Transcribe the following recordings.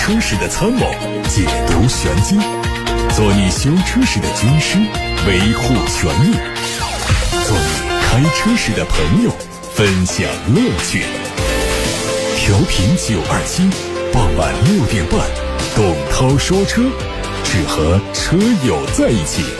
车时的参谋，解读玄机，做你修车时的军师，维护权益，做你开车时的朋友，分享乐趣。调频927，傍晚6点半，董涛说车，只和车友在一起。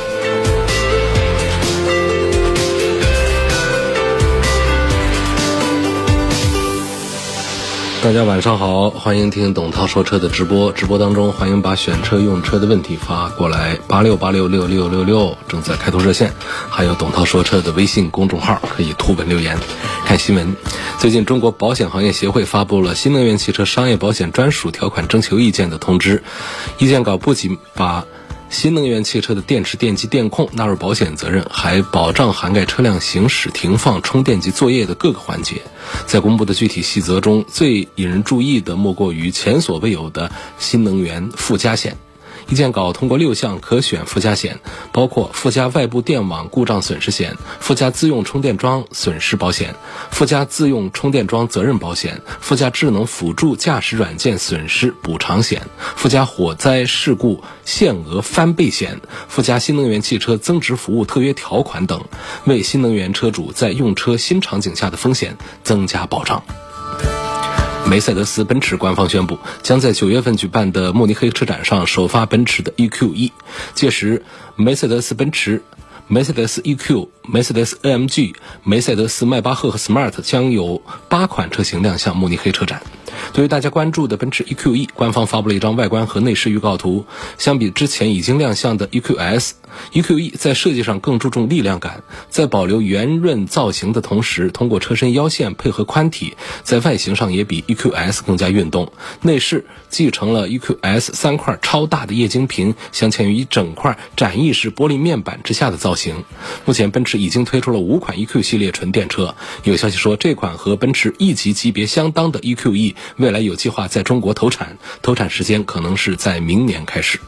大家晚上好，欢迎听董涛说车的直播。直播当中，欢迎把选车用车的问题发过来，86866666，正在开通热线，还有董涛说车的微信公众号，可以图文留言。看新闻，最近中国保险行业协会发布了新能源汽车商业保险专属条款征求意见的通知。意见稿不仅把新能源汽车的电池、电机、电控纳入保险责任，还保障涵盖车辆行驶、停放、充电及作业的各个环节。在公布的具体细则中，最引人注意的莫过于前所未有的新能源附加险。意见稿通过6项可选附加险，包括附加外部电网故障损失险、附加自用充电桩损失保险、附加自用充电桩责任保险、附加智能辅助驾驶软件损失补偿险、附加火灾事故限额翻倍险、附加新能源汽车增值服务特约条款等，为新能源车主在用车新场景下的风险增加保障。梅赛德斯奔驰官方宣布，将在9月份举办的慕尼黑车展上首发奔驰的 EQE， 届时梅赛德斯奔驰、梅赛德斯 EQ、梅赛德斯 AMG、梅赛德斯迈巴赫和 Smart 将有8款车型亮相慕尼黑车展。对于大家关注的奔驰 EQE， 官方发布了一张外观和内饰预告图。相比之前已经亮相的 EQS，EQE 在设计上更注重力量感，在保留圆润造型的同时，通过车身腰线配合宽体，在外形上也比 EQS 更加运动。内饰继承了 EQS 3块超大的液晶屏镶嵌于一整块展翼式玻璃面板之下的造型。目前奔驰已经推出了5款 EQ 系列纯电车，有消息说这款和奔驰 E 级级别相当的 EQE 未来有计划在中国投产时间可能是在明年开始。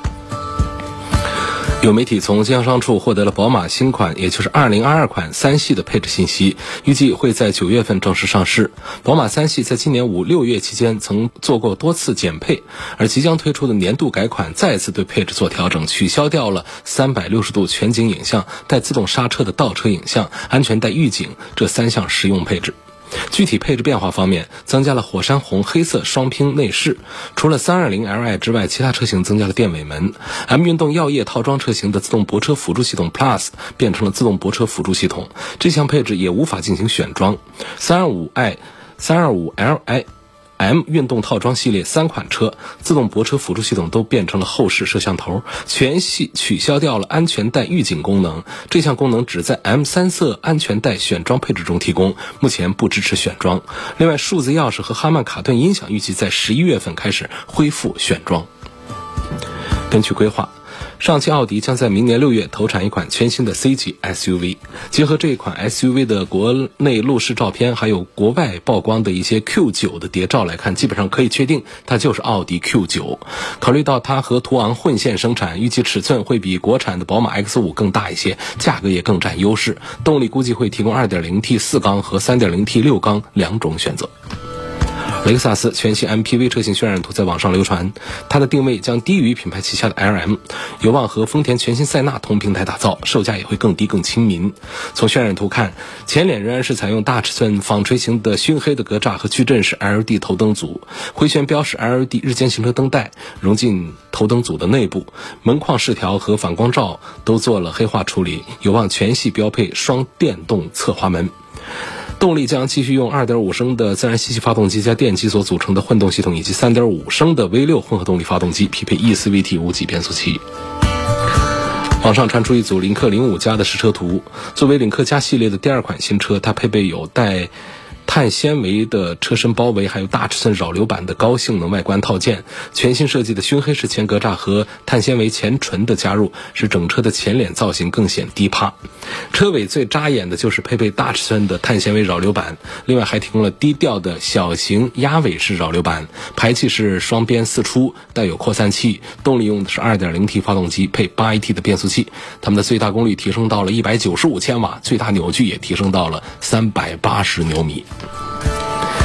有媒体从经销商处获得了宝马新款，也就是2022款3系的配置信息，预计会在9月份正式上市。宝马3系在今年5、6月期间曾做过多次减配，而即将推出的年度改款再次对配置做调整，取消掉了360度全景影像、带自动刹车的倒车影像、安全带预警这3项实用配置。具体配置变化方面，增加了火山红黑色双拼内饰，除了 320Li 之外，其他车型增加了电尾门。M 运动耀夜套装车型的自动泊车辅助系统 Plus 变成了自动泊车辅助系统，这项配置也无法进行选装。325Li、325Li、M 运动套装系列3款车自动泊车辅助系统都变成了后视摄像头，全系取消掉了安全带预警功能，这项功能只在 M3 色安全带选装配置中提供，目前不支持选装。另外，数字钥匙和哈曼卡顿音响预计在11月份开始恢复选装。根据规划，上汽奥迪将在明年6月投产一款全新的 C 级 SUV， 结合这一款 SUV 的国内路试照片，还有国外曝光的一些 Q9 的谍照来看，基本上可以确定它就是奥迪 Q9。 考虑到它和途昂混线生产，预计尺寸会比国产的宝马 X5 更大一些，价格也更占优势，动力估计会提供 2.0T 4缸和 3.0T 6缸2种选择。雷克萨斯全新 MPV 车型渲染图在网上流传，它的定位将低于品牌旗下的 LM， 有望和丰田全新塞纳同平台打造，售价也会更低更亲民。从渲染图看，前脸仍然是采用大尺寸纺锤形的熏黑的格栅和矩阵式 LED 头灯组，回旋标识 LED 日间行车灯带融进头灯组的内部，门框饰条和反光罩都做了黑化处理，有望全系标配双电动侧滑门。动力将继续用 2.5 升的自然吸气发动机加电机所组成的混动系统，以及 3.5 升的 V6 混合动力发动机，匹配 eCVT 无级变速器。网上传出一组领克05加的实车图，作为领克加系列的第2款新车，它配备有带碳纤维的车身包围，还有大尺寸扰流板的高性能外观套件。全新设计的熏黑式前格栅和碳纤维前唇的加入，使整车的前脸造型更显低趴。车尾最扎眼的就是配备大尺寸的碳纤维扰流板，另外还提供了低调的小型压尾式扰流板，排气是双边4出，带有扩散器，动力用的是 2.0T 发动机配 8AT 的变速器，它们的最大功率提升到了195千瓦，最大扭矩也提升到了380牛米。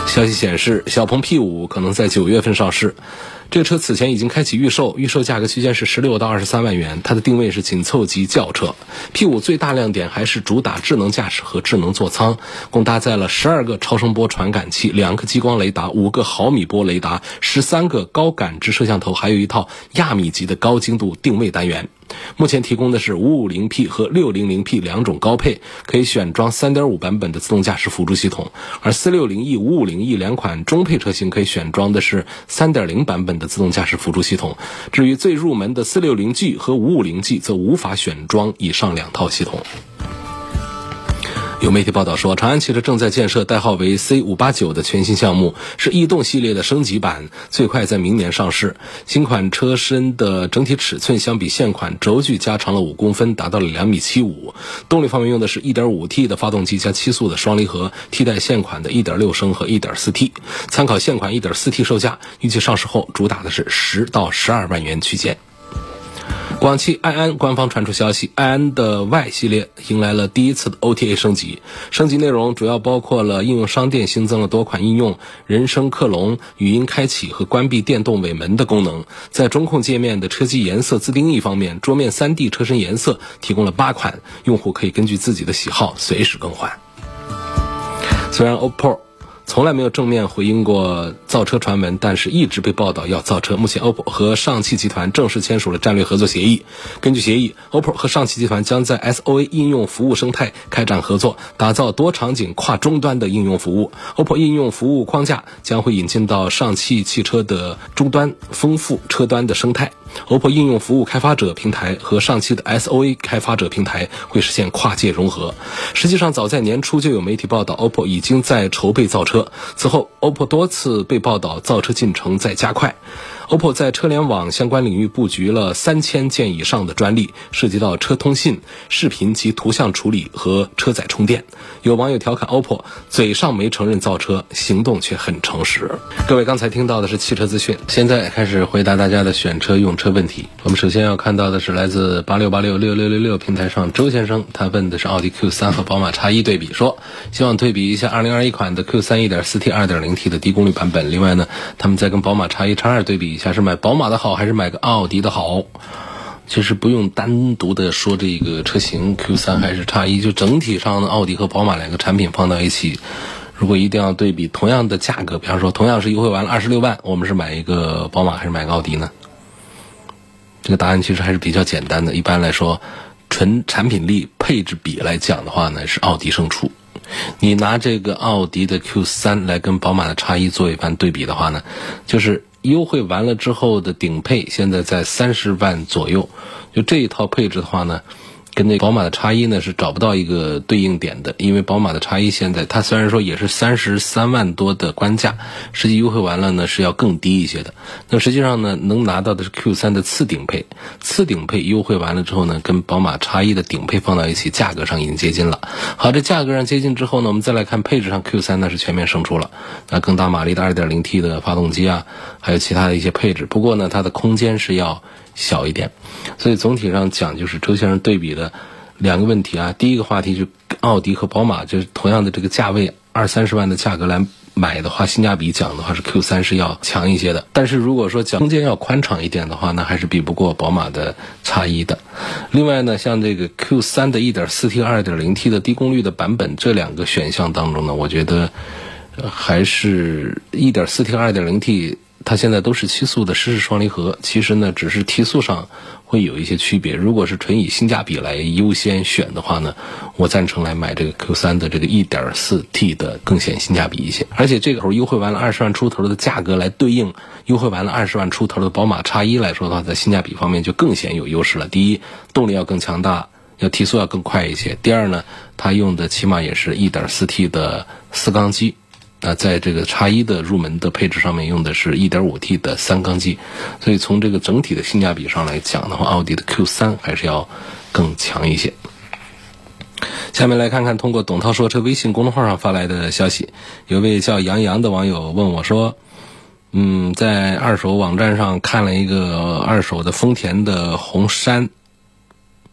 消息显示，小鹏 P5 可能在9月份上市。这个车此前已经开启预售，预售价格区间是16到23万元，它的定位是紧凑级轿车。P5 最大亮点还是主打智能驾驶和智能座舱，共搭载了12个超声波传感器、2个激光雷达、5个毫米波雷达、13个高感知摄像头，还有一套亚米级的高精度定位单元。目前提供的是 550P 和 600P 两种高配，可以选装 3.5 版本的自动驾驶辅助系统，而 460E、550E 两款中配车型可以选装的是 3.0 版本的自动驾驶辅助系统。至于最入门的 460G 和 550G 则无法选装以上两套系统。有媒体报道说，长安汽车正在建设代号为 C589 的全新项目，是逸动系列的升级版，最快在明年上市。新款车身的整体尺寸相比现款轴距加长了5公分，达到了2.75米。动力方面用的是 1.5T 的发动机加7速的双离合，替代现款的 1.6 升和 1.4T。参考现款 1.4T 售价，预计上市后主打的是10到12万元区间。广汽埃安官方传出消息，埃安的 Y 系列迎来了第一次的 OTA 升级。升级内容主要包括了应用商店新增了多款应用人声克隆、语音开启和关闭电动尾门的功能。在中控界面的车机颜色自定义方面，桌面 3D 车身颜色提供了8款，用户可以根据自己的喜好随时更换。虽然 OPPO从来没有正面回应过造车传闻，但是一直被报道要造车。目前 OPPO 和上汽集团正式签署了战略合作协议。根据协议， OPPO 和上汽集团将在 SOA 应用服务生态开展合作，打造多场景跨终端的应用服务。 OPPO 应用服务框架将会引进到上汽汽车的终端，丰富车端的生态。OPPO 应用服务开发者平台和上汽的 SOA 开发者平台会实现跨界融合。实际上早在年初就有媒体报道 OPPO 已经在筹备造车，此后 OPPO 多次被报道造车进程在加快。OPPO 在车联网相关领域布局了3000件以上的专利，涉及到车通信、视频及图像处理和车载充电。有网友调侃 OPPO 嘴上没承认造车，行动却很诚实。各位刚才听到的是汽车资讯，现在开始回答大家的选车用车问题。我们首先要看到的是来自86866666平台上周先生，他问的是奥迪 Q3 和宝马 X1 对比，说希望对比一下2021款的 Q3 1.4T 2.0T 的低功率版本。另外呢，他们再跟宝马 X1 X2 对比一下，是买宝马的好还是买个奥迪的好。其实不用单独的说这个车型 Q3 还是 X1， 就整体上的奥迪和宝马两个产品放到一起，如果一定要对比同样的价格，比方说同样是优惠完了26万，我们是买一个宝马还是买个奥迪呢？这个答案其实还是比较简单的。一般来说，纯产品力配置比来讲的话呢，是奥迪胜出。你拿这个奥迪的 Q3 来跟宝马的 X1 做一番对比的话呢，就是优惠完了之后的顶配现在在30万左右，就这一套配置的话呢，跟那宝马的 X1 呢是找不到一个对应点的。因为宝马的 X1 现在它虽然说也是33万多的官价，实际优惠完了呢是要更低一些的。那实际上呢，能拿到的是 Q3 的次顶配，次顶配优惠完了之后呢，跟宝马 X1 的顶配放到一起，价格上已经接近了。好，这价格上接近之后呢，我们再来看配置上 Q3 呢是全面胜出了，那更大马力的 2.0T 的发动机啊，还有其他的一些配置。不过呢，它的空间是要小一点。所以总体上讲，就是周先生对比的两个问题啊。第一个话题就奥迪和宝马，就是同样的这个价位20-30万的价格来买的话，性价比讲的话是 Q3 是要强一些的。但是如果说讲空间要宽敞一点的话，那还是比不过宝马的 X1 的。另外呢，像这个 Q3 的 1.4T 2.0T 的低功率的版本，这两个选项当中呢，我觉得还是 1.4T 2.0T它现在都是7速的湿式双离合，其实呢只是提速上会有一些区别。如果是纯以性价比来优先选的话呢，我赞成来买这个 Q3 的这个 1.4T 的更显性价比一些。而且这个时候优惠完了20万出头的价格来对应优惠完了20万出头的宝马 X1 来说的话，在性价比方面就更显有优势了。第一，动力要更强大，要提速要更快一些。第二呢，它用的起码也是 1.4T 的4缸机，在这个 X1 的入门的配置上面用的是 1.5T 的3缸机，所以从这个整体的性价比上来讲的话，奥迪的 Q3 还是要更强一些。下面来看看通过董涛说车微信公众号上发来的消息，有位叫杨洋的网友问我说，在二手网站上看了一个二手的丰田的红杉，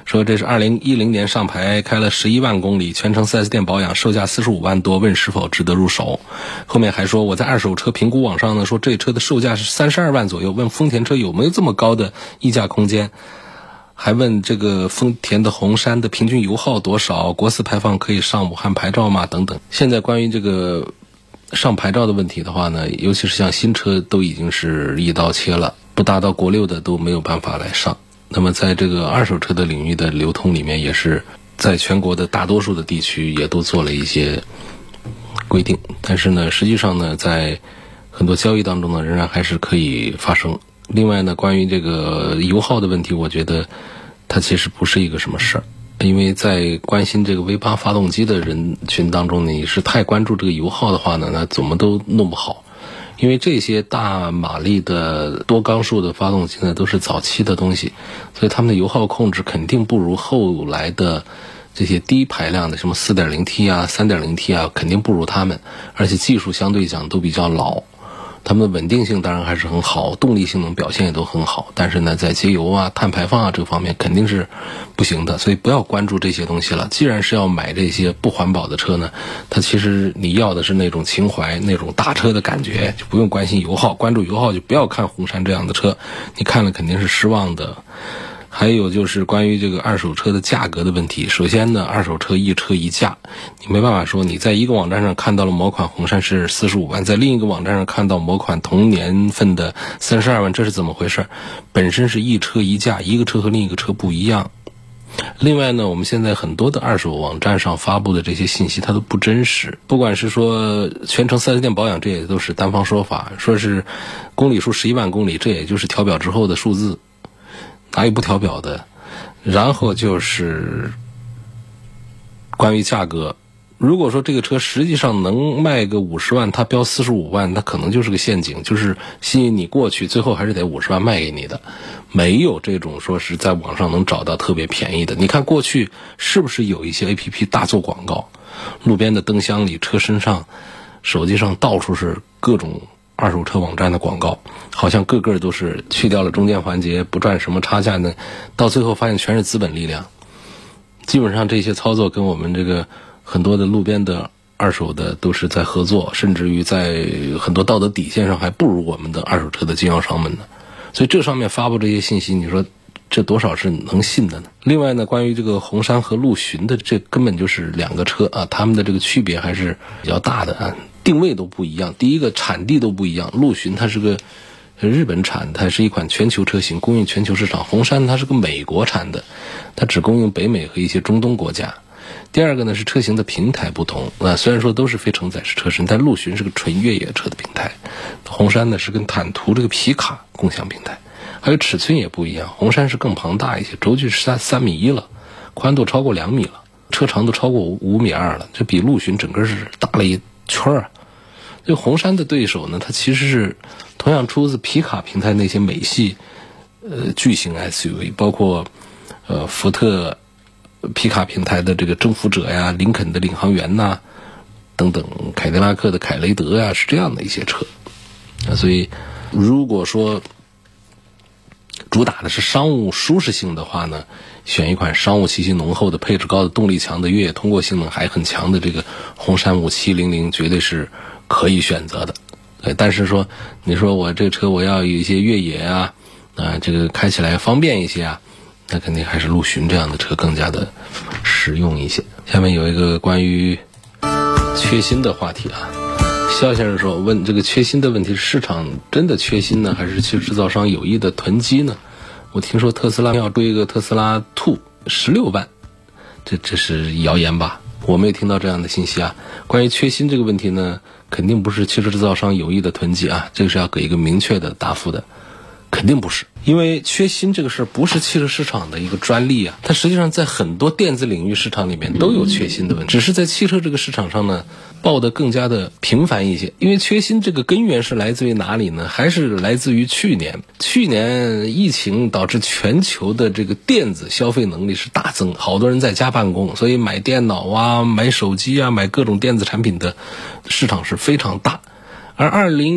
说这是2010年上牌，开了11万公里，全程 4S 店保养，售价45万多，问是否值得入手。后面还说我在二手车评估网上呢，说这车的售价是32万左右，问丰田车有没有这么高的溢价空间，还问这个丰田的红杉的平均油耗多少，国四排放可以上武汉牌照吗等等。现在关于这个上牌照的问题的话呢，尤其是像新车都已经是一刀切了，不达到国6的都没有办法来上。那么在这个二手车的领域的流通里面，也是在全国的大多数的地区也都做了一些规定，但是呢实际上呢在很多交易当中呢仍然还是可以发生。另外呢关于这个油耗的问题，我觉得它其实不是一个什么事儿，因为在关心这个 V8 发动机的人群当中呢，你是太关注这个油耗的话呢，那怎么都弄不好。因为这些大马力的多缸数的发动机呢都是早期的东西，所以他们的油耗控制肯定不如后来的这些低排量的什么 4.0T 啊 3.0T 啊，肯定不如他们，而且技术相对讲都比较老，他们的稳定性当然还是很好，动力性能表现也都很好，但是呢在节油啊碳排放啊这个方面肯定是不行的，所以不要关注这些东西了。既然是要买这些不环保的车呢，它其实你要的是那种情怀，那种大车的感觉，就不用关心油耗，关注油耗就不要看红杉这样的车，你看了肯定是失望的。还有就是关于这个二手车的价格的问题。首先呢，二手车一车一价，你没办法说你在一个网站上看到了某款红杉是45万，在另一个网站上看到某款同年份的32万，这是怎么回事？本身是一车一价，一个车和另一个车不一样。另外呢，我们现在很多的二手网站上发布的这些信息它都不真实，不管是说全程 4S 店保养，这也都是单方说法，说是公里数11万公里，这也就是调表之后的数字，哪有不调表的？然后就是关于价格，如果说这个车实际上能卖个50万，它标45万，它可能就是个陷阱，就是吸引你过去，最后还是得50万卖给你的，没有这种说是在网上能找到特别便宜的。你看过去是不是有一些 APP 大做广告，路边的灯箱里、车身上、手机上到处是各种二手车网站的广告，好像个个都是去掉了中间环节，不赚什么差价呢，到最后发现全是资本力量。基本上这些操作跟我们这个很多的路边的二手的都是在合作，甚至于在很多道德底线上还不如我们的二手车的经销商们呢。所以这上面发布这些信息，你说这多少是能信的呢？另外呢，关于这个红杉和陆巡的，这根本就是两个车啊，他们的这个区别还是比较大的啊，定位都不一样，第一个产地都不一样，陆巡它是个日本产，它是一款全球车型，供应全球市场。红杉它是个美国产的，它只供应北美和一些中东国家。第二个呢是车型的平台不同，虽然说都是非承载式车身，但陆巡是个纯越野车的平台，红杉呢是跟坦途这个皮卡共享平台。还有尺寸也不一样，红杉是更庞大一些，轴距是3.1米了，宽度超过2米了，车长都超过5.2米了，这比陆巡整个是大了一圈啊。这红杉的对手呢，它其实是同样出自皮卡平台那些美系巨型 SUV， 包括福特皮卡平台的这个征服者呀、林肯的领航员呐等等，凯迪拉克的凯雷德呀，是这样的一些车。所以如果说主打的是商务舒适性的话呢，选一款商务气息浓厚的、配置高的、动力强的、越野通过性能还很强的这个红杉5700绝对是可以选择的。但是说你说我这个车我要有一些越野啊，这个开起来方便一些啊，那肯定还是陆巡这样的车更加的实用一些。下面有一个关于缺芯的话题啊，肖先生说，问这个缺芯的问题是市场真的缺芯呢，还是汽车制造商有意的囤积呢？我听说特斯拉要追一个特斯拉 2 16万，这是谣言吧？我没有听到这样的信息啊。关于缺芯这个问题呢，肯定不是汽车制造商有意的囤积啊，这个是要给一个明确的答复的，肯定不是。因为缺芯这个事不是汽车市场的一个专利啊，它实际上在很多电子领域市场里面都有缺芯的问题，只是在汽车这个市场上呢报得更加的频繁一些。因为缺芯这个根源是来自于哪里呢？还是来自于去年疫情导致全球的这个电子消费能力是大增，好多人在家办公，所以买电脑啊、买手机啊、买各种电子产品的市场是非常大。而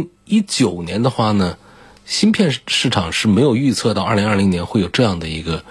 2019年的话呢，芯片市场是没有预测到2020年会有这样的一个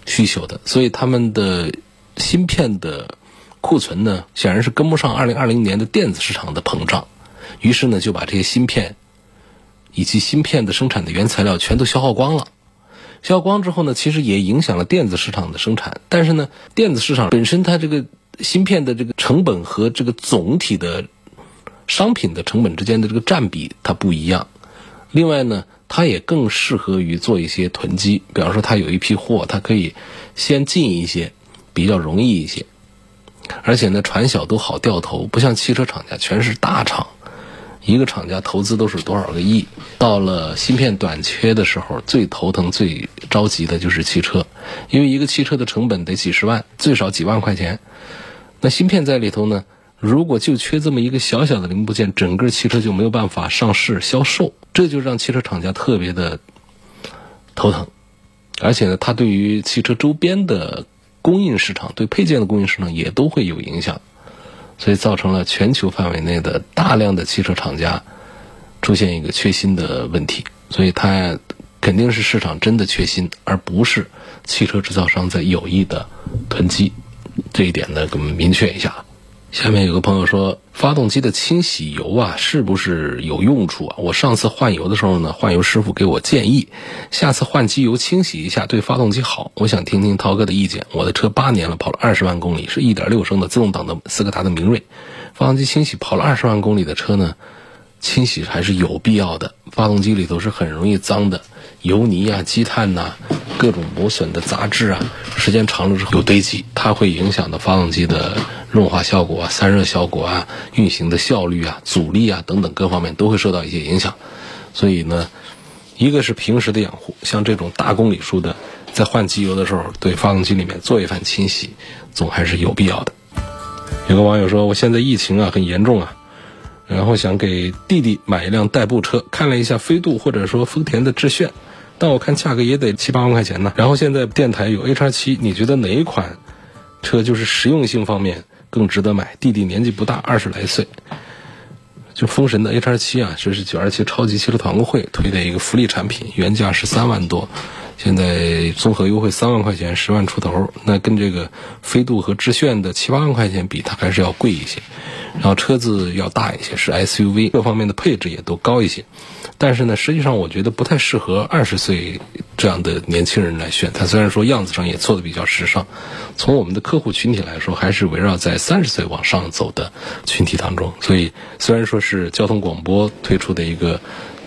需求的，所以他们的芯片的库存呢，显然是跟不上2020年的电子市场的膨胀，于是呢就把这些芯片以及芯片的生产的原材料全都消耗光了。消耗光之后呢，其实也影响了电子市场的生产，但是呢，电子市场本身它这个芯片的这个成本和这个总体的商品的成本之间的这个占比它不一样。另外呢，它也更适合于做一些囤积，比方说它有一批货，它可以先进一些，比较容易一些，而且呢船小都好掉头，不像汽车厂家全是大厂，一个厂家投资都是多少个亿，到了芯片短缺的时候，最头疼最着急的就是汽车，因为一个汽车的成本得几十万，最少几万块钱，那芯片在里头呢，如果就缺这么一个小小的零部件，整个汽车就没有办法上市销售，这就让汽车厂家特别的头疼。而且呢，它对于汽车周边的供应市场，对配件的供应市场也都会有影响，所以造成了全球范围内的大量的汽车厂家出现一个缺芯的问题。所以它肯定是市场真的缺芯，而不是汽车制造商在有意的囤积，这一点呢我们明确一下。下面有个朋友说，发动机的清洗油啊是不是有用处啊？我上次换油的时候呢，换油师傅给我建议下次换机油清洗一下对发动机好，我想听听涛哥的意见。我的车8年了，跑了20万公里，是 1.6 升的自动挡的斯柯达的明锐，发动机清洗跑了20万公里的车呢，清洗还是有必要的。发动机里头是很容易脏的，油泥啊、积碳呐、各种磨损的杂质啊，时间长了之后有堆积，它会影响到发动机的润滑效果啊、散热效果啊、运行的效率啊、阻力啊等等各方面都会受到一些影响。所以呢，一个是平时的养护，像这种大公里数的，在换机油的时候对发动机里面做一番清洗，总还是有必要的。有个网友说，我现在疫情啊很严重啊，然后想给弟弟买一辆代步车，看了一下飞度或者说丰田的致炫，但我看价格也得7、8万块钱呢。然后现在电台有 HR7， 你觉得哪一款车就是实用性方面更值得买？弟弟年纪不大，20来岁。就风神的 HR7 啊，这是927超级汽车团购会推的一个福利产品，原价是3万多，现在综合优惠3万块钱，10万出头。那跟这个飞度和致炫的7、8万块钱比，它还是要贵一些。然后车子要大一些，是 SUV， 各方面的配置也都高一些。但是呢，实际上我觉得不太适合20岁这样的年轻人来选。它虽然说样子上也做得比较时尚，从我们的客户群体来说，还是围绕在30岁往上走的群体当中。所以虽然说是交通广播推出的一个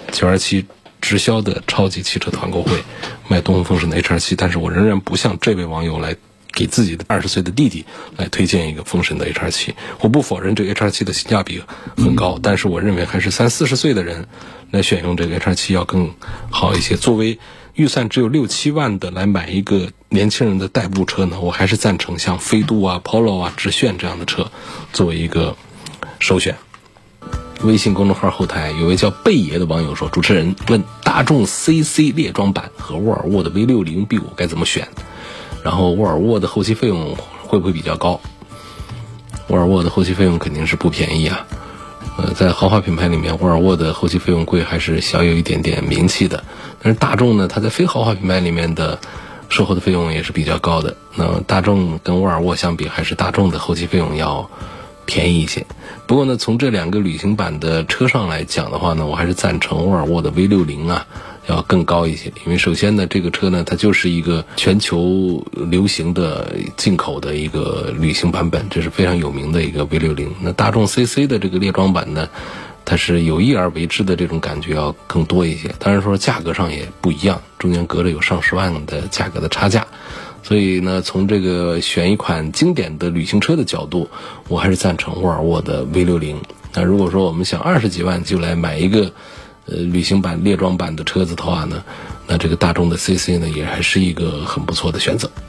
927直销的超级汽车团购会，卖东风风神的 HR7， 但是我仍然不像这位网友来给自己的20岁的弟弟来推荐一个风神的 HR7。 我不否认这个 HR7 的性价比很高，但是我认为还是30、40岁的人来选用这个 HR7 要更好一些。作为预算只有6、7万的来买一个年轻人的代步车呢，我还是赞成像飞度啊、Polo 啊、致炫这样的车作为一个首选。微信公众号后台有位叫贝爷的网友说，主持人问大众 CC 列装版和沃尔沃的 V60 B5 该怎么选，然后沃尔沃的后期费用会不会比较高？沃尔沃的后期费用肯定是不便宜啊。在豪华品牌里面，沃尔沃的后期费用贵还是小有一点点名气的。但是大众呢，它在非豪华品牌里面的售后的费用也是比较高的。那大众跟沃尔沃相比，还是大众的后期费用要便宜一些。不过呢，从这两个旅行版的车上来讲的话呢，我还是赞成沃尔沃的 V60 啊要更高一些。因为首先呢，这个车呢它就是一个全球流行的进口的一个旅行版本，这是非常有名的一个 V60。那大众 CC 的这个列装版呢，它是有意而为之的这种感觉要更多一些，当然说价格上也不一样，中间隔着有上10万的价格的差价。所以呢，从这个选一款经典的旅行车的角度，我还是赞成沃尔沃的 V60。那如果说我们想20几万就来买一个旅行版列装版的车子的话呢，那这个大众的 CC 呢也还是一个很不错的选择。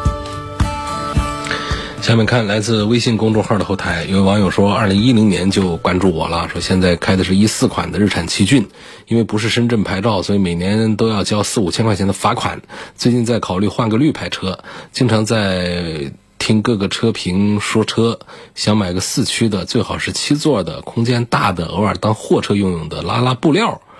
下面看来自微信公众号的后台，有位网友说2010年就关注我了，说现在开的是14款的日产奇骏，因为不是深圳牌照，所以每年都要交4、5千块钱的罚款。最近在考虑换个绿牌车，经常在听各个车评说车，想买个4驱的，最好是7座的，空间大的，偶尔当货车用的，拉拉布料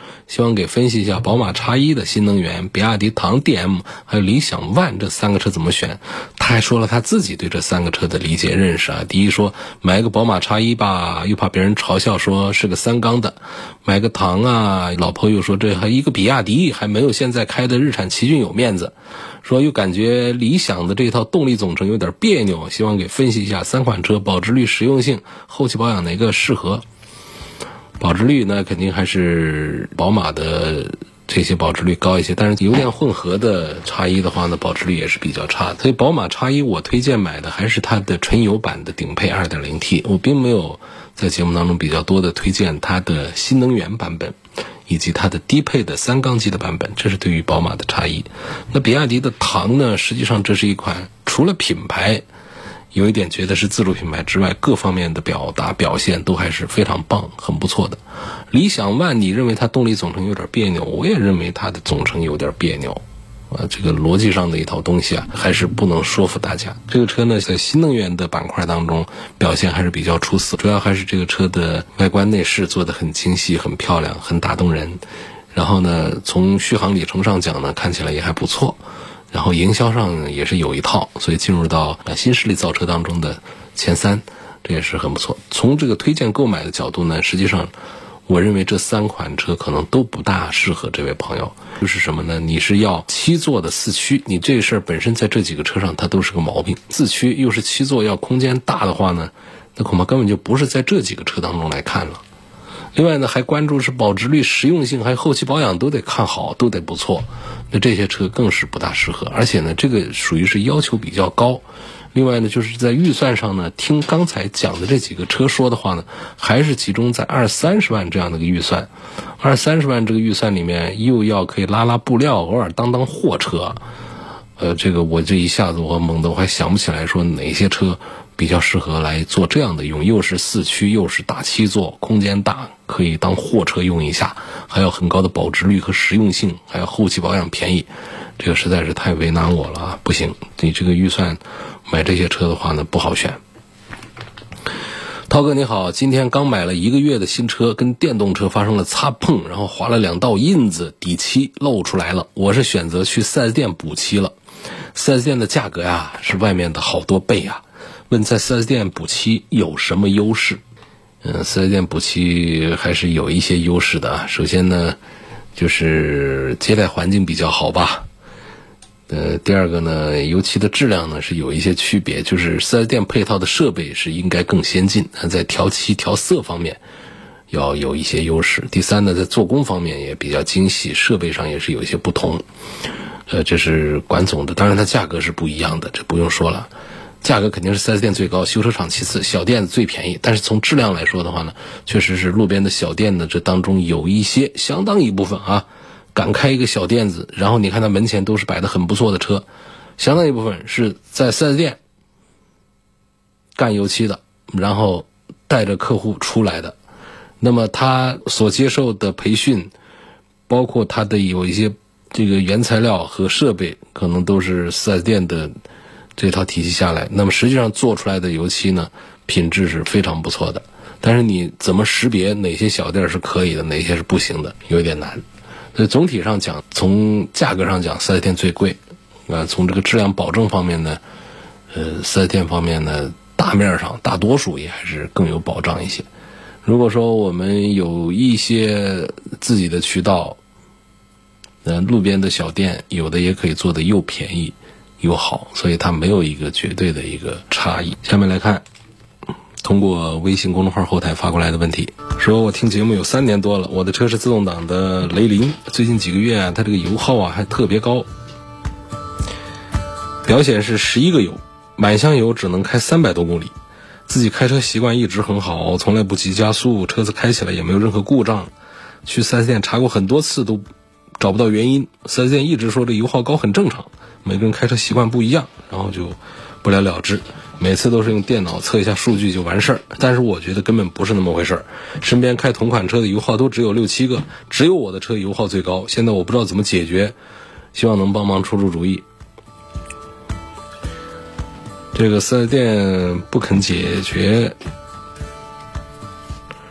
希望给分析一下宝马 X1 的新能源、比亚迪唐 DM 还有理想 ONE 这3个车怎么选。他还说了他自己对这3个车的理解认识啊。第一说买个宝马 X1 吧，又怕别人嘲笑说是个3缸的；买个唐啊，老婆又说这还一个比亚迪还没有现在开的日产奇骏有面子。说又感觉理想的这套动力总成有点别扭，希望给分析一下3款车保值率、实用性、后期保养哪个适合。保值率呢，肯定还是宝马的这些保值率高一些，但是油电混合的 X1 的话呢，保值率也是比较差的。所以宝马 X1 我推荐买的还是它的纯油版的顶配 2.0T， 我并没有在节目当中比较多的推荐它的新能源版本以及它的低配的3缸机的版本，这是对于宝马的X1。那比亚迪的唐呢，实际上这是一款除了品牌有一点觉得是自主品牌之外，各方面的表达表现都还是非常棒，很不错的。理想 ONE 你认为它动力总成有点别扭，我也认为它的总成有点别扭这个逻辑上的一套东西啊，还是不能说服大家。这个车呢，在新能源的板块当中表现还是比较出色，主要还是这个车的外观内饰做得很精细、很漂亮、很打动人。然后呢，从续航里程上讲呢，看起来也还不错。然后营销上也是有一套，所以进入到新势力造车当中的前3，这也是很不错。从这个推荐购买的角度呢，实际上我认为这3款车可能都不大适合这位朋友。就是什么呢？你是要7座的4驱，你这个事儿本身在这几个车上它都是个毛病。4驱又是7座，要空间大的话呢，那恐怕根本就不是在这几个车当中来看了。另外呢，还关注是保值率、实用性还有后期保养都得看好，都得不错，那这些车更是不大适合。而且呢，这个属于是要求比较高。另外呢，就是在预算上呢，听刚才讲的这几个车说的话呢，还是集中在20-30万这样的一个预算。20-30万这个预算里面，又要可以拉拉布料，偶尔当货车。这个我这一下子我懵的，我还想不起来说哪些车比较适合来做这样的用，又是4驱，又是大7座，空间大，可以当货车用一下，还有很高的保值率和实用性，还有后期保养便宜，这个实在是太为难我了啊！不行，你这个预算买这些车的话呢，不好选。涛哥你好，今天刚买了1个月的新车，跟电动车发生了擦碰，然后划了2道印子，底漆露出来了。我是选择去 4S 店补漆了。4S 店的价格呀，是外面的好多倍啊。问在 4S 店补漆有什么优势？4S 店补漆还是有一些优势的啊。首先呢，就是接待环境比较好吧。第二个呢，油漆的质量呢是有一些区别，就是 4S 店配套的设备是应该更先进，在调漆调色方面要有一些优势。第三呢，在做工方面也比较精细，设备上也是有一些不同。这是管总的，当然它价格是不一样的，这不用说了。价格肯定是 4S 店最高，修车厂其次，小店最便宜。但是从质量来说的话呢，确实是路边的小店呢，这当中有一些相当一部分啊，敢开一个小店子，然后你看他门前都是摆的很不错的车，相当一部分是在 4S 店干油漆的，然后带着客户出来的。那么他所接受的培训，包括他的有一些这个原材料和设备，可能都是 4S 店的这套体系下来，那么实际上做出来的油漆呢，品质是非常不错的。但是你怎么识别哪些小店是可以的，哪些是不行的，有点难。所以总体上讲，从价格上讲 4S 店最贵从这个质量保证方面呢4S 店方面呢，大面上大多数也还是更有保障一些。如果说我们有一些自己的渠道，路边的小店有的也可以做的又便宜又好，所以它没有一个绝对的一个差异。下面来看通过微信公众号后台发过来的问题，说我听节目有3年多了，我的车是自动挡的雷凌，最近几个月它这个油耗还特别高，表显是11个油，满箱油只能开300多公里，自己开车习惯一直很好，从来不急加速，车子开起来也没有任何故障，去 4S 店查过很多次都找不到原因， 4S 店一直说这油耗高很正常，每个人开车习惯不一样，然后就不了了之，每次都是用电脑测一下数据就完事儿。但是我觉得根本不是那么回事儿，身边开同款车的油耗都只有6-7个，只有我的车油耗最高，现在我不知道怎么解决，希望能帮忙出主意。这个4S店不肯解决，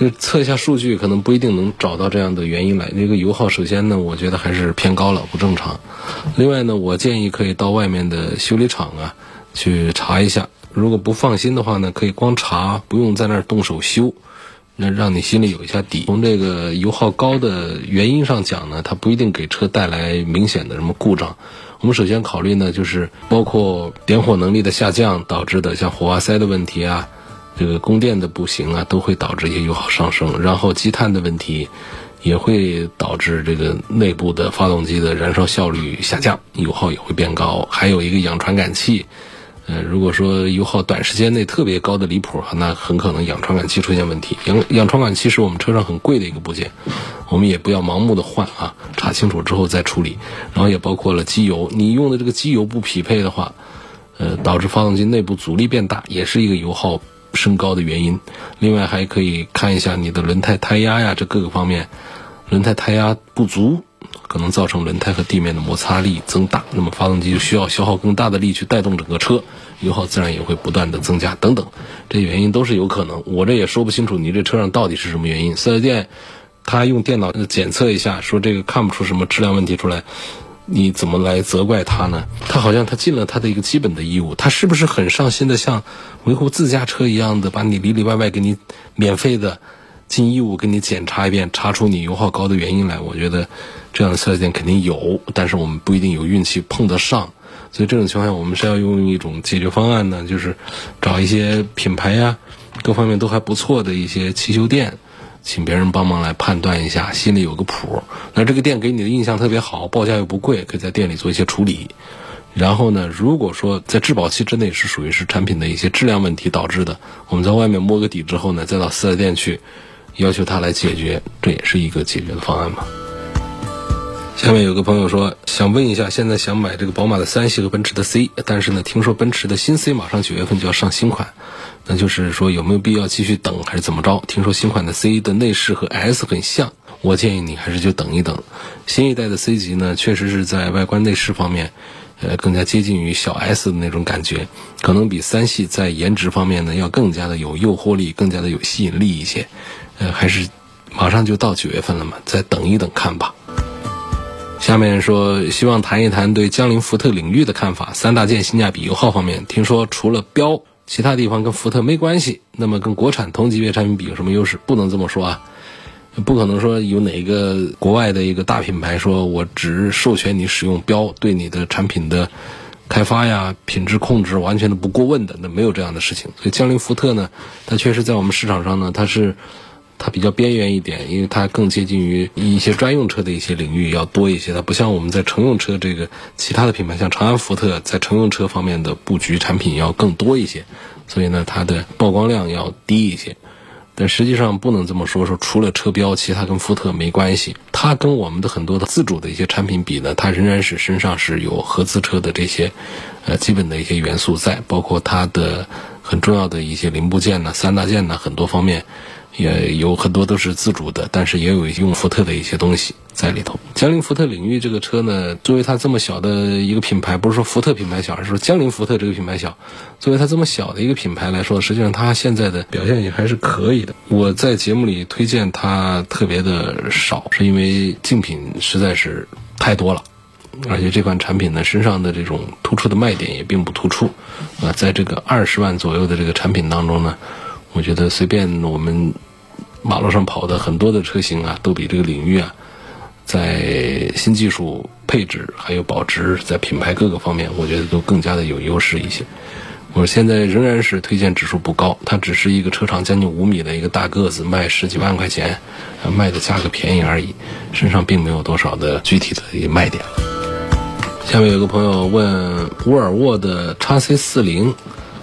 测一下数据可能不一定能找到这样的原因来。这个油耗首先呢，我觉得还是偏高了，不正常。另外呢，我建议可以到外面的修理厂啊去查一下，如果不放心的话呢，可以光查，不用在那儿动手修，那让你心里有一下底。从这个油耗高的原因上讲呢，它不一定给车带来明显的什么故障。我们首先考虑呢，就是包括点火能力的下降导致的像火花塞的问题啊，这个供电的不行啊，都会导致一些油耗上升。然后积碳的问题也会导致这个内部的发动机的燃烧效率下降，油耗也会变高。还有一个氧传感器，如果说油耗短时间内特别高的离谱，那很可能氧传感器出现问题。氧传感器是我们车上很贵的一个部件，我们也不要盲目的换啊，查清楚之后再处理。然后也包括了机油，你用的这个机油不匹配的话，导致发动机内部阻力变大，也是一个油耗升高的原因。另外还可以看一下你的轮胎胎压呀，这各个方面，轮胎胎压不足可能造成轮胎和地面的摩擦力增大，那么发动机需要消耗更大的力去带动整个车，油耗自然也会不断的增加等等，这些原因都是有可能。我这也说不清楚你这车上到底是什么原因，4S店他用电脑检测一下，说这个看不出什么质量问题出来，你怎么来责怪他呢？他好像他尽了他的一个基本的义务，他是不是很上心的像维护自家车一样的把你里里外外给你免费的尽义务给你检查一遍，查出你油耗高的原因来？我觉得这样的4S店肯定有，但是我们不一定有运气碰得上。所以这种情况下我们是要用一种解决方案呢，就是找一些品牌呀各方面都还不错的一些汽修店，请别人帮忙来判断一下，心里有个谱。那这个店给你的印象特别好，报价又不贵，可以在店里做一些处理。然后呢，如果说在质保期之内是属于是产品的一些质量问题导致的，我们在外面摸个底之后呢，再到4S店去要求他来解决，这也是一个解决的方案嘛。下面有个朋友说，想问一下，现在想买这个宝马的3系和奔驰的 C， 但是呢，听说奔驰的新 C 马上9月份就要上新款，那就是说有没有必要继续等还是怎么着？听说新款的 C 的内饰和 S 很像，我建议你还是就等一等。新一代的 C 级呢，确实是在外观内饰方面更加接近于小 S 的那种感觉，可能比3系在颜值方面呢要更加的有诱惑力，更加的有吸引力一些。还是马上就到9月份了嘛，再等一等看吧。下面说希望谈一谈对江铃福特领域的看法，3大件性价比油耗方面，听说除了标，其他地方跟福特没关系，那么跟国产同级别产品比有什么优势？不能这么说啊，不可能说有哪个国外的一个大品牌说我只授权你使用标，对你的产品的开发呀品质控制完全的不过问的，那没有这样的事情。所以江铃福特呢，它确实在我们市场上呢，它比较边缘一点，因为它更接近于一些专用车的一些领域要多一些，它不像我们在乘用车这个其他的品牌，像长安福特在乘用车方面的布局产品要更多一些，所以呢它的曝光量要低一些。但实际上不能这么说除了车标其他跟福特没关系，它跟我们的很多的自主的一些产品比呢，它仍然是身上是有合资车的这些基本的一些元素在，包括它的很重要的一些零部件呢，3大件呢，很多方面也有很多都是自主的，但是也有用福特的一些东西在里头。江铃福特领域这个车呢，作为它这么小的一个品牌，不是说福特品牌小，而是说江铃福特这个品牌小，作为它这么小的一个品牌来说，实际上它现在的表现也还是可以的。我在节目里推荐它特别的少，是因为竞品实在是太多了，而且这款产品呢身上的这种突出的卖点也并不突出在这个20万左右的这个产品当中呢，我觉得随便我们马路上跑的很多的车型啊，都比这个领域啊，在新技术配置还有保值，在品牌各个方面，我觉得都更加的有优势一些。我现在仍然是推荐指数不高，它只是一个车长将近5米的一个大个子，卖10几万块钱，卖的价格便宜而已，身上并没有多少的具体的一个卖点。下面有个朋友问沃尔沃的 XC40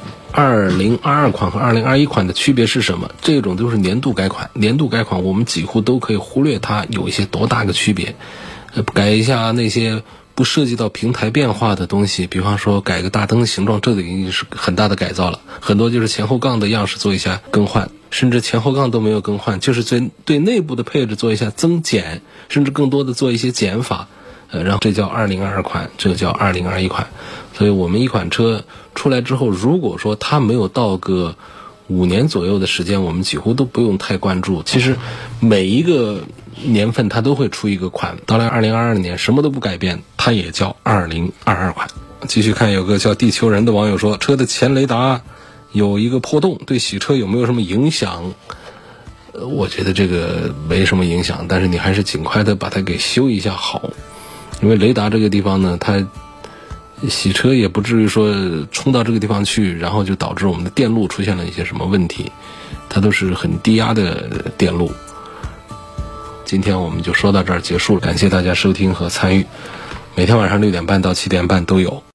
2022款和2021款的区别是什么？这种都是年度改款，年度改款我们几乎都可以忽略它有一些多大个区别，改一下那些不涉及到平台变化的东西，比方说改个大灯形状，这已经是很大的改造了。很多就是前后杠的样式做一下更换，甚至前后杠都没有更换，就是对内部的配置做一下增减，甚至更多的做一些减法，然后这叫2022款，这个叫2021款。所以我们一款车出来之后，如果说它没有到个 5年左右的时间，我们几乎都不用太关注。其实每一个年份它都会出一个款，到了2022年什么都不改变，它也叫2022款。继续看，有个叫地球人的网友说，车的前雷达有一个破洞，对洗车有没有什么影响？我觉得这个没什么影响，但是你还是尽快的把它给修一下好，因为雷达这个地方呢，它洗车也不至于说冲到这个地方去，然后就导致我们的电路出现了一些什么问题，它都是很低压的电路。今天我们就说到这儿结束了，感谢大家收听和参与，每天晚上6点半到7点半都有。